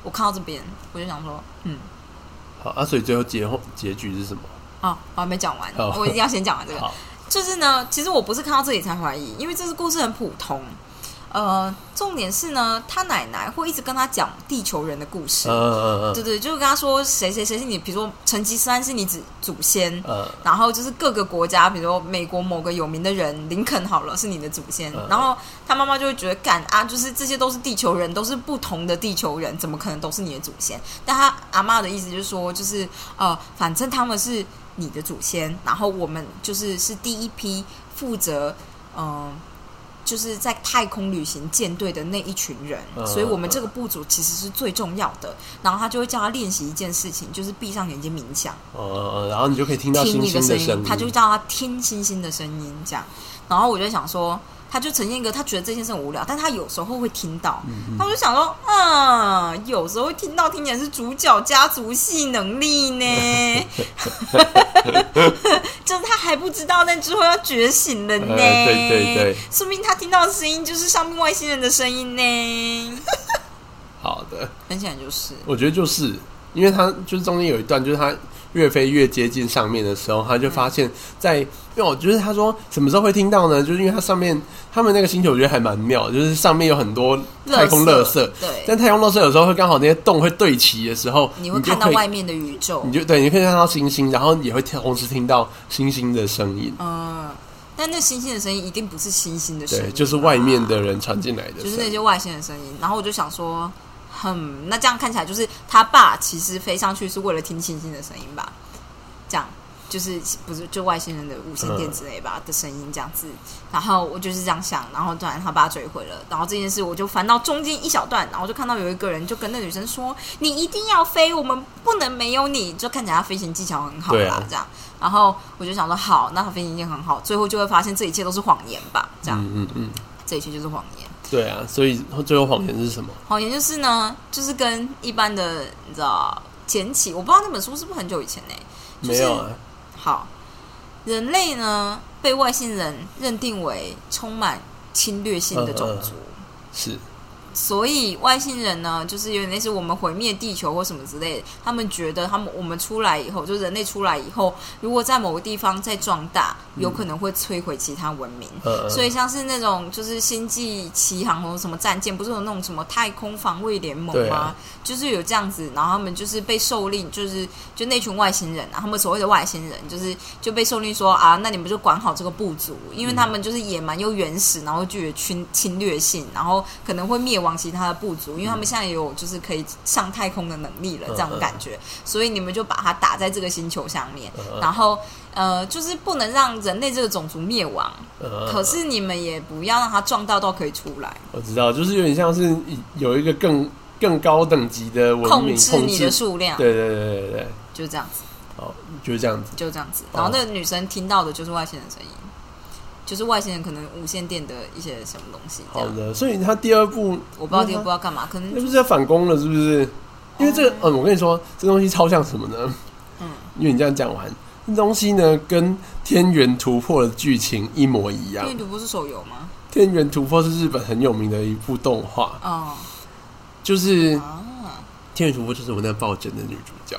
S1: 我看到这边，我就想说，
S2: 好啊，所以最后结局是什么？
S1: 哦，我还没讲完，我一定要先讲完这个。就是呢，其实我不是看到这里才怀疑，因为这个故事很普通。重点是呢，他奶奶会一直跟他讲地球人的故事，对对，就是跟他说谁谁谁是你，比如说成吉思汗是你祖先，然后就是各个国家，比如说美国某个有名的人林肯好了是你的祖先，然后他妈妈就会觉得干啊，就是这些都是地球人，都是不同的地球人，怎么可能都是你的祖先？但他阿嬷的意思就是说，就是反正他们是你的祖先，然后我们是第一批负责就是在太空旅行舰队的那一群人，所以我们这个部族其实是最重要的。然后他就会叫他练习一件事情，就是闭上眼睛冥想，
S2: 然后你就可以听到星星的声音。
S1: 他就叫他听星星的声音，这样。然后我就想说，他就呈现一个他觉得这件事很无聊，但他有时候会听到。他就想说，有时候会听到，听起来是主角家族系能力呢。就是他还不知道，但之后要觉醒了呢。
S2: 对对对，
S1: 说明他听到的声音就是上面外星人的声音呢。
S2: 好的，
S1: 很显然就是，
S2: 我觉得就是因为他就是中间有一段，就是他越飞越接近上面的时候，他就发现因为我觉得他说什么时候会听到呢？就是因为他上面他们那个星球我觉得还蛮妙，就是上面有很多太空垃圾，
S1: 对，
S2: 但太空垃圾有时候会刚好那些洞会对齐的时候，
S1: 你会看到外面的宇宙，
S2: 你可以看到星星，然后也会同时听到星星的声音。
S1: 但那星星的声音一定不是星星的声音，
S2: 对，就是外面的人传进来的声音，
S1: 就是那些外星人的声音。然后我就想说，那这样看起来就是他爸其实飞上去是为了听星星的声音吧？这样就是不是就外星人的无线电之类吧的声音这样子。然后我就是这样想，然后突然他爸追回了，然后这件事我就翻到中间一小段，然后就看到有一个人就跟那女生说：“你一定要飞，我们不能没有你。”就看起来他飞行技巧很好啦，这样。然后我就想说，好，那他飞行技巧很好，最后就会发现这一切都是谎言吧？这样，这一切就是谎言。
S2: 对啊，所以最后谎言是什么？
S1: 谎言就是呢，就是跟一般的你知道前期，我不知道那本书是不是很久以前
S2: 没有啊。
S1: 好，人类呢被外星人认定为充满侵略性的种族，
S2: 是。
S1: 所以外星人呢，就是有点类似我们毁灭地球或什么之类的。他们觉得我们出来以后，就人类出来以后，如果在某个地方再壮大，有可能会摧毁其他文明。所以像是那种就是星际奇航或什么战舰，不是有那种什么太空防卫联盟吗？就是有这样子，然后他们就是被受令，就那群外星人他们所谓的外星人，就被受令说啊，那你们就管好这个部族，因为他们就是野蛮又原始，然后具有侵略性，然后可能会灭亡其他的部族，因为他们现在也有就是可以上太空的能力了，这种感觉，所以你们就把它打在这个星球上面，然后就是不能让人类这个种族灭亡，可是你们也不要让它壮大到可以出来。
S2: 我知道，就是有点像是有一个更高等级的文明
S1: 控制你的数量，
S2: 对对对对对，
S1: 就是这样子。
S2: 哦，就是这样子，
S1: 就这样子。然后那个女生听到的就是外星人声音。就是外星人可能无线电的一些什么东西。
S2: 好的，所以他第二部
S1: 我不知道第二部要干嘛，可能
S2: 那不是要反攻了，是不是？因为这个，我跟你说，这东西超像什么呢？因为你这样讲完，这东西呢跟《天元突破》的剧情一模一样。
S1: 天元突破是手游吗？
S2: 《天元突破》是日本很有名的一部动画。就是《天元突破》就是我那抱枕的女主角。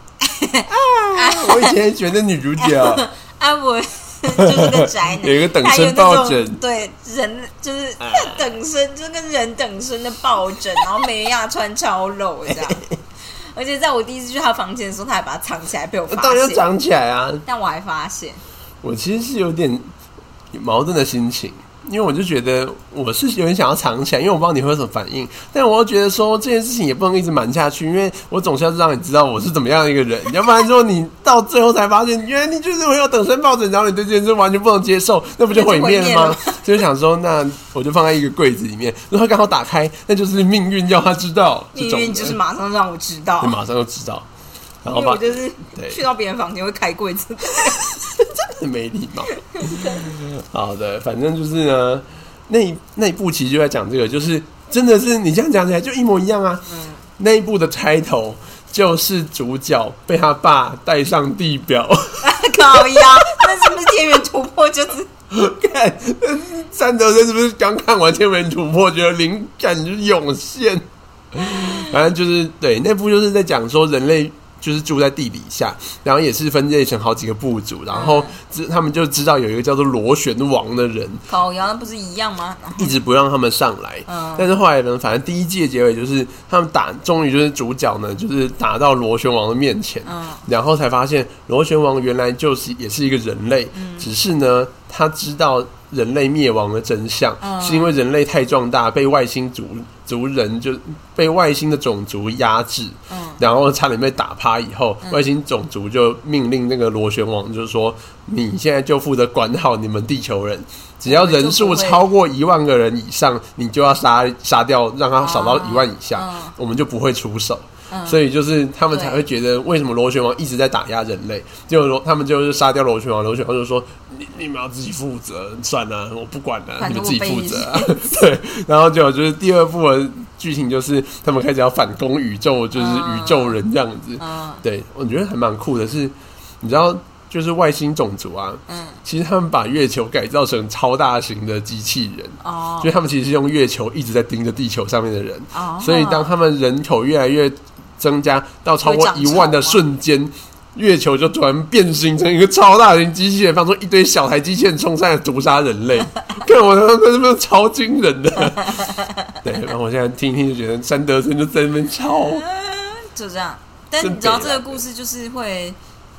S2: 我以前很喜欢的女主角。
S1: 我就是个宅男，
S2: 有一个等身抱枕，
S1: 对人就是等身，就是跟人等身的抱枕，然后美亚穿超露这样。而且在我第一次去他房间的时候，他还把它藏起来，被我发现。
S2: 当然要藏起来啊！
S1: 但我还发现，
S2: 我其实是有点矛盾的心情。因为我就觉得我是有点想要藏起来，因为我不知道你会有什么反应，但我又觉得说这件事情也不能一直瞒下去，因为我总是要让你知道我是怎么样的一个人，要不然说你到最后才发现原来你就是会有等身抱枕，然后你对这件事完全不能接受，那不就毁灭了吗？所以想说那我就放在一个柜子里面，如果他刚好打开，那就是命运要他知道，
S1: 命运就是马上让我知道，
S2: 马上就知道，
S1: 然后因为我就是去到别人房间会开柜子。
S2: 真的没礼貌。好的，反正就是呢，那一部其实就在讲这个，就是真的是你这样讲起来就一模一样啊。那一部的开头就是主角被他爸带上地表，
S1: 靠腰，那是不是天元突破？就是
S2: 看山德森是不是刚看完天元突破，觉得灵感就涌现？ 反正就是对那部就是在讲说人类就是住在地底下，然后也是分裂成好几个部族，然后他们就知道有一个叫做螺旋王的人，
S1: 烤羊那不是一样吗？
S2: 一直不让他们上来。但是后来呢，反正第一季的结尾就是他们终于就是主角呢，就是打到螺旋王的面前，然后才发现螺旋王原来也是一个人类，只是呢他知道人类灭亡的真相，是因为人类太壮大，被外星族人就被外星的种族压制，然后差点被打趴以后，外星种族就命令那个螺旋王，就是说你现在就负责管好你们地球人，只要人数超过1万个人以上，你就要杀掉，让他少到1万以下，我们就不会出手。所以就是他们才会觉得为什么螺旋王一直在打压人类，结果他们就是杀掉螺旋王，螺旋王就说你们要自己负责，算了，我不管了，你们自己负责啊。对，然后就是第二部的剧情就是他们开始要反攻宇宙，就是宇宙人这样子。对，我觉得还蛮酷的是，你知道就是外星种族啊，其实他们把月球改造成超大型的机器人，所以他们其实是用月球一直在盯着地球上面的人，所以当他们人口越来越增加到超过1万的瞬间，月球就突然变形成一个超大型机器人，放出一堆小台机器人冲上来毒杀人类。看我他妈是不是超惊人的？对，然后我现在听一听就觉得山德森就在那边超，
S1: 就这样。但你知道这个故事就是会，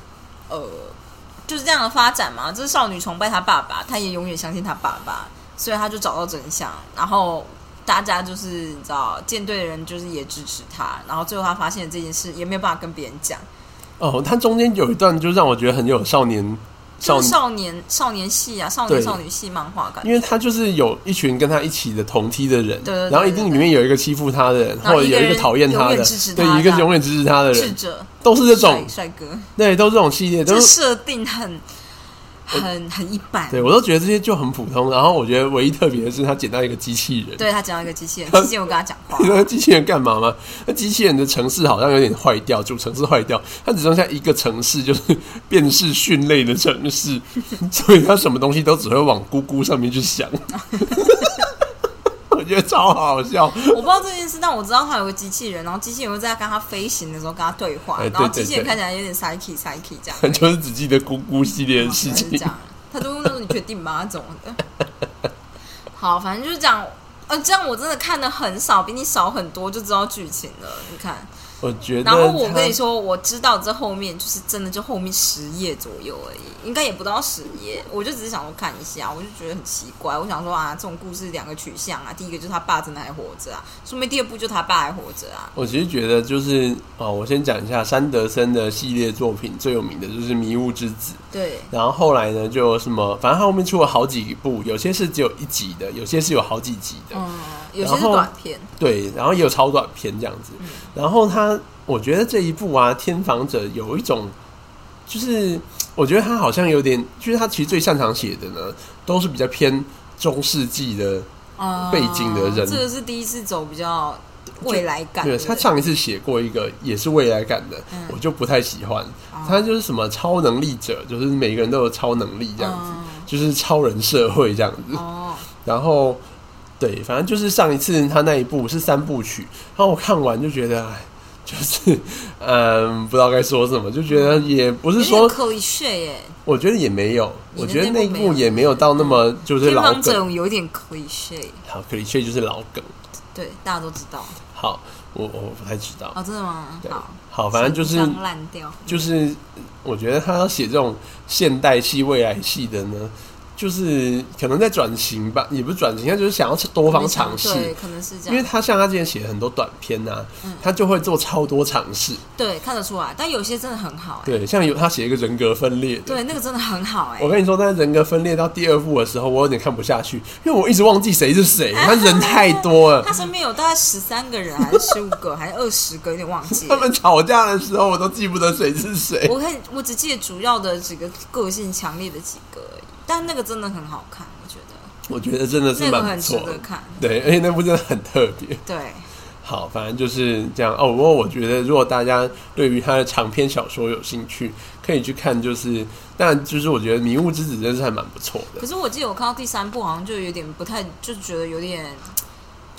S1: 就是这样的发展嘛。这是少女崇拜她爸爸，她也永远相信她爸爸，所以她就找到真相，然后大家就是你知道舰队的人就是也支持他，然后最后他发现这件事也没有办法跟别人讲。他中间有一段就让我觉得很有少年系啊，少女系漫画感觉，
S2: 因为他就是有一群跟他一起的同梯的人，对，然后一定里面有一个欺负他的人，或者有一个讨厌他的，对，一个永远支持他的人，智者都是这种
S1: 帅哥，
S2: 对，都是这种系列，
S1: 这设定很一般，
S2: 对，我都觉得这些就很普通。然后我觉得唯一特别的是他捡到一个机器人，
S1: 对，他捡到一个机器人，机器人我跟他讲话。
S2: 你知道机器人干嘛吗？那机器人的程式好像有点坏掉，主程式坏掉，它只剩下一个程式，就是辨识迅类的程式，所以它什么东西都只会往咕咕上面去想。我觉得超好笑。
S1: 我不知道这件事，但我知道他有个机器人，然后机器人会在跟他飞行的时候跟他对话，然后机器人看起来有点 psyche 这样，
S2: 就是只记得咕咕系列的事情。
S1: 这样，他就问说你确定吗？这种的。好，反正就是这样。这样我真的看的很少，比你少很多，就知道剧情了。你看。
S2: 我觉得，
S1: 然后我跟你说，我知道这后面就是真的就后面10页左右而已，应该也不到10页。我就只是想说看一下，我就觉得很奇怪。我想说啊，这种故事2个取向啊，第一个就是他爸真的还活着啊，说明第二部就他爸还活着啊。
S2: 我其实觉得就是我先讲一下山德森的系列作品最有名的就是《迷雾之子》，
S1: 对。
S2: 然后后来呢，就什么，反正他后面出了好几部，有些是只有1集的，有些是有好几集的，
S1: 有些是短片，
S2: 对，然后也有超短片这样子。然后我觉得这一部啊，《天防者》有一种，就是我觉得他好像有点，就是他其实最擅长写的呢，都是比较偏中世纪的背景的人。
S1: 这个是第一次走比较未来感。
S2: 对，他上一次写过一个也是未来感的，我就不太喜欢。他就是什么超能力者，就是每个人都有超能力这样子，就是超人社会这样子。然后对，反正就是上一次他那一部是3部曲，然后我看完就觉得，就是不知道该说什么，就觉得也不是说
S1: 可以学耶。
S2: 我觉得也没有，我觉得那一部也没有到那么就是老梗，
S1: 天方者有点可以学。
S2: 好，可以学就是老梗，
S1: 对，大家都知道。
S2: 好，我不太知道。
S1: 真的吗？
S2: 好，反正就是
S1: 烂掉。
S2: 就是我觉得他要写这种现代系、未来系的呢，就是可能在转型吧，也不是转型，他就是想要多方尝试，
S1: 对，可能是这样。
S2: 因为他像他之前写的很多短篇啊，他就会做超多尝试，
S1: 对，看得出来。但有些真的很好，
S2: 对，像他写一个人格分裂的，
S1: 对，那个真的很好。
S2: 我跟你说，在人格分裂到第2部的时候，我有点看不下去，因为我一直忘记谁是谁，他人太多了。
S1: 他身边有大概13个人，还是15个，还是20个，有点忘记。
S2: 他们吵架的时候，我都记不得谁是谁。
S1: 我只记得主要的几个个性强烈的几个而已。但那个真的很好看，
S2: 我觉得真的是蛮不错的，那个很值
S1: 得看。
S2: 对，而且那部真的很特别。
S1: 对，
S2: 好，反正就是这样。不过我觉得，如果大家对于他的长篇小说有兴趣，可以去看。但就是我觉得《迷雾之子》真是还蛮不错的。
S1: 可是我记得我看到第3部，好像就有点不太，就觉得有点。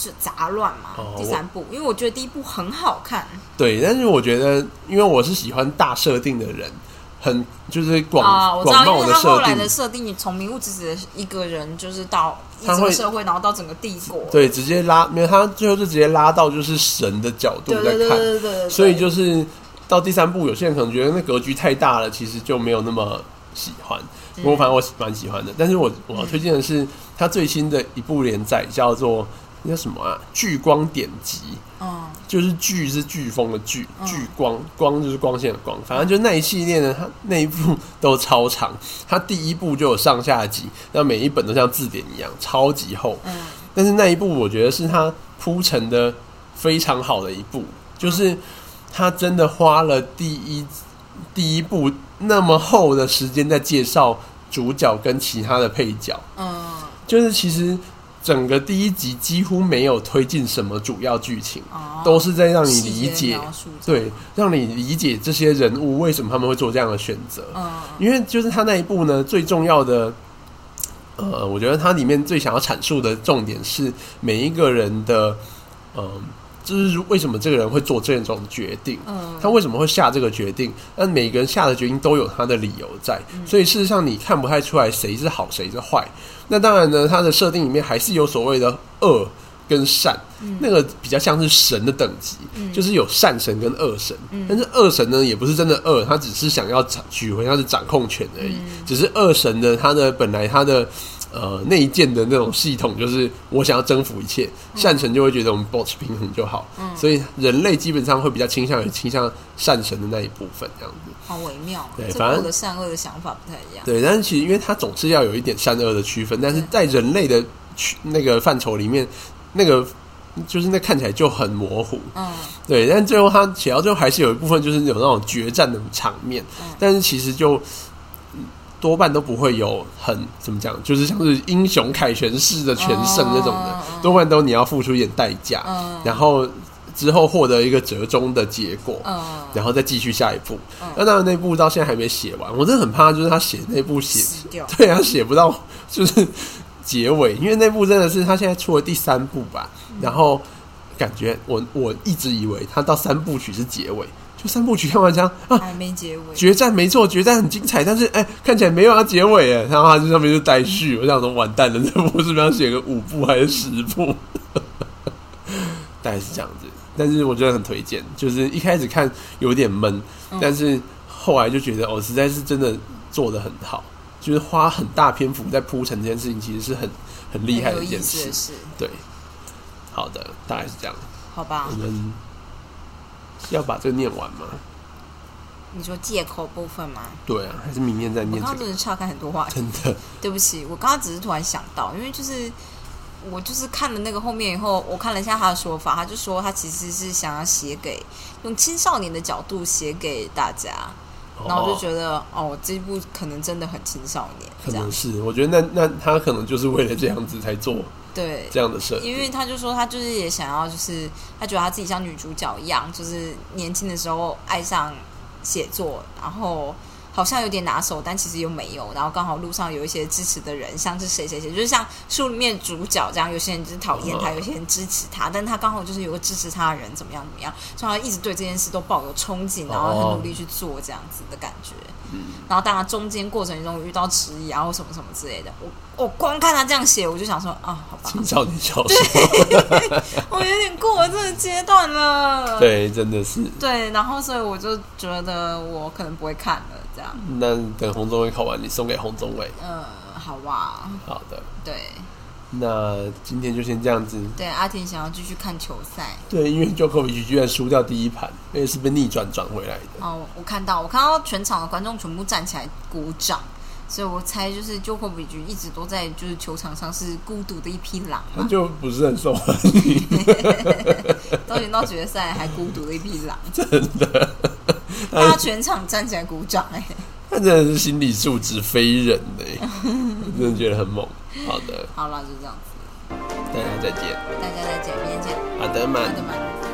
S1: 就杂乱嘛。第3部，因为我觉得第1部很好看。
S2: 对，但是我觉得，因为我是喜欢大设定的人。很就是广
S1: 我知道，因为他后来
S2: 的
S1: 设定，你从明物之子的一个人，就是到一整个社会，然后到整个帝国，
S2: 对，直接拉，没有他最后就直接拉到就是神的角度在看，
S1: 对，
S2: 所以就是到第3部，有些人可能觉得那格局太大了，其实就没有那么喜欢。不过反正我蛮喜欢的，但是我要推荐的是他最新的一部连载，叫做那叫什么啊？聚光典籍。就是飓是飓风的飓，飓光就是光线的光，反正就那一系列呢，它那一部都超长，它第1部就有上下集，那每一本都像字典一样，超级厚。但是那一部我觉得是它铺陈的非常好的一部，就是它真的花了第一部那么厚的时间在介绍主角跟其他的配角。就是其实。整个第1集几乎没有推进什么主要剧情，都是在让你理解，对，让你理解这些人物为什么他们会做这样的选择。因为就是他那一部呢，最重要的，我觉得它里面最想要阐述的重点是每一个人的，就是为什么这个人会做这种决定，他为什么会下这个决定？但每个人下的决定都有他的理由在，所以事实上你看不太出来谁是好谁是坏。那当然呢，它的设定里面还是有所谓的恶跟善，那个比较像是神的等级，就是有善神跟恶神。但是恶神呢，也不是真的恶，他只是想要取回他的掌控权而已。只是恶神呢，他的本来他的内建的那种系统，就是我想要征服一切，善神就会觉得我们保持平衡就好。所以人类基本上会比较倾向善神的那一部分，这样子。
S1: 好微妙，
S2: 对，
S1: 反正我的善恶的想法不太一样。
S2: 对，但是其实因为它总是要有一点善恶的区分，但是在人类的那个范畴里面，那个就是那看起来就很模糊。对，但最后它写到最后还是有一部分就是有那种决战的场面，但是其实就多半都不会有很怎么讲，就是像是英雄凯旋式的全胜那种的，多半都你要付出一点代价，然后之后获得一个折中的结果，然后再继续下一步。那当然那部到现在还没写完，我真的很怕就是他写那部对啊，写不到就是结尾，因为那部真的是他现在出了第3部吧，然后感觉我一直以为他到3部曲是结尾。就3部曲看完这样
S1: 还没结尾，
S2: 决战没错，决战很精彩，但是看起来没有要结尾耶，然后他这上面就待续，我想说完蛋了，这部是不是要写个5部还是10部？大概是这样子，但是我觉得很推荐，就是一开始看有点闷，但是后来就觉得实在是真的做得很好，就是花很大篇幅在铺陈这件事情，其实是很厉害的一件事。对，好的，大概是这样。
S1: 好吧，
S2: 我们要把这个念完吗？
S1: 你说借口部分吗？
S2: 对啊，还是明天再念、这个？
S1: 我刚刚真的岔开很多话题，
S2: 真的。
S1: 对不起，我刚刚只是突然想到，因为我就是看了那个后面以后，我看了一下他的说法，他就说他其实是想要写给用青少年的角度写给大家，然后我就觉得这一部可能真的很青少年，
S2: 可能是，我觉得那他可能就是为了这样子才做。对，这样的设定，
S1: 因为他就说他就是也想要，就是他觉得他自己像女主角一样，就是年轻的时候爱上写作，然后好像有点拿手，但其实又没有，然后刚好路上有一些支持的人，像是谁，就是像书里面主角这样，有些人就是讨厌他，有些人支持他，但他刚好就是有个支持他的人，怎么样，所以他一直对这件事都抱有憧憬，然后很努力去做这样子的感觉。然后当然中间过程中遇到质疑啊或什么什么之类的，我光看他这样写，我就想说好吧，
S2: 青少年小说，
S1: 我有点过了这个阶段了。
S2: 对，真的是。对，
S1: 然后所以我就觉得我可能不会看了，这样。
S2: 那等洪宗伟考完，你送给洪宗伟。
S1: 好吧。
S2: 好的。
S1: 对。
S2: 那今天就先这样子。
S1: 对，阿田想要继续看球赛。对，
S2: 因为 Djokovic 居然输掉第一盘，而且是被逆转回来的。
S1: 我看到全场的观众全部站起来鼓掌，所以我猜就是 Djokovic 一直都在就是球场上是孤独的一匹狼，
S2: 他就不是很受欢迎，
S1: 都已经到决赛还孤独的一匹狼，
S2: 真的。
S1: 他全场站起来鼓掌
S2: 他真的是心理素质非人我真的觉得很猛。好的，
S1: 好了，就这样子，
S2: 大家再见，
S1: 明天见。
S2: 好的，慢。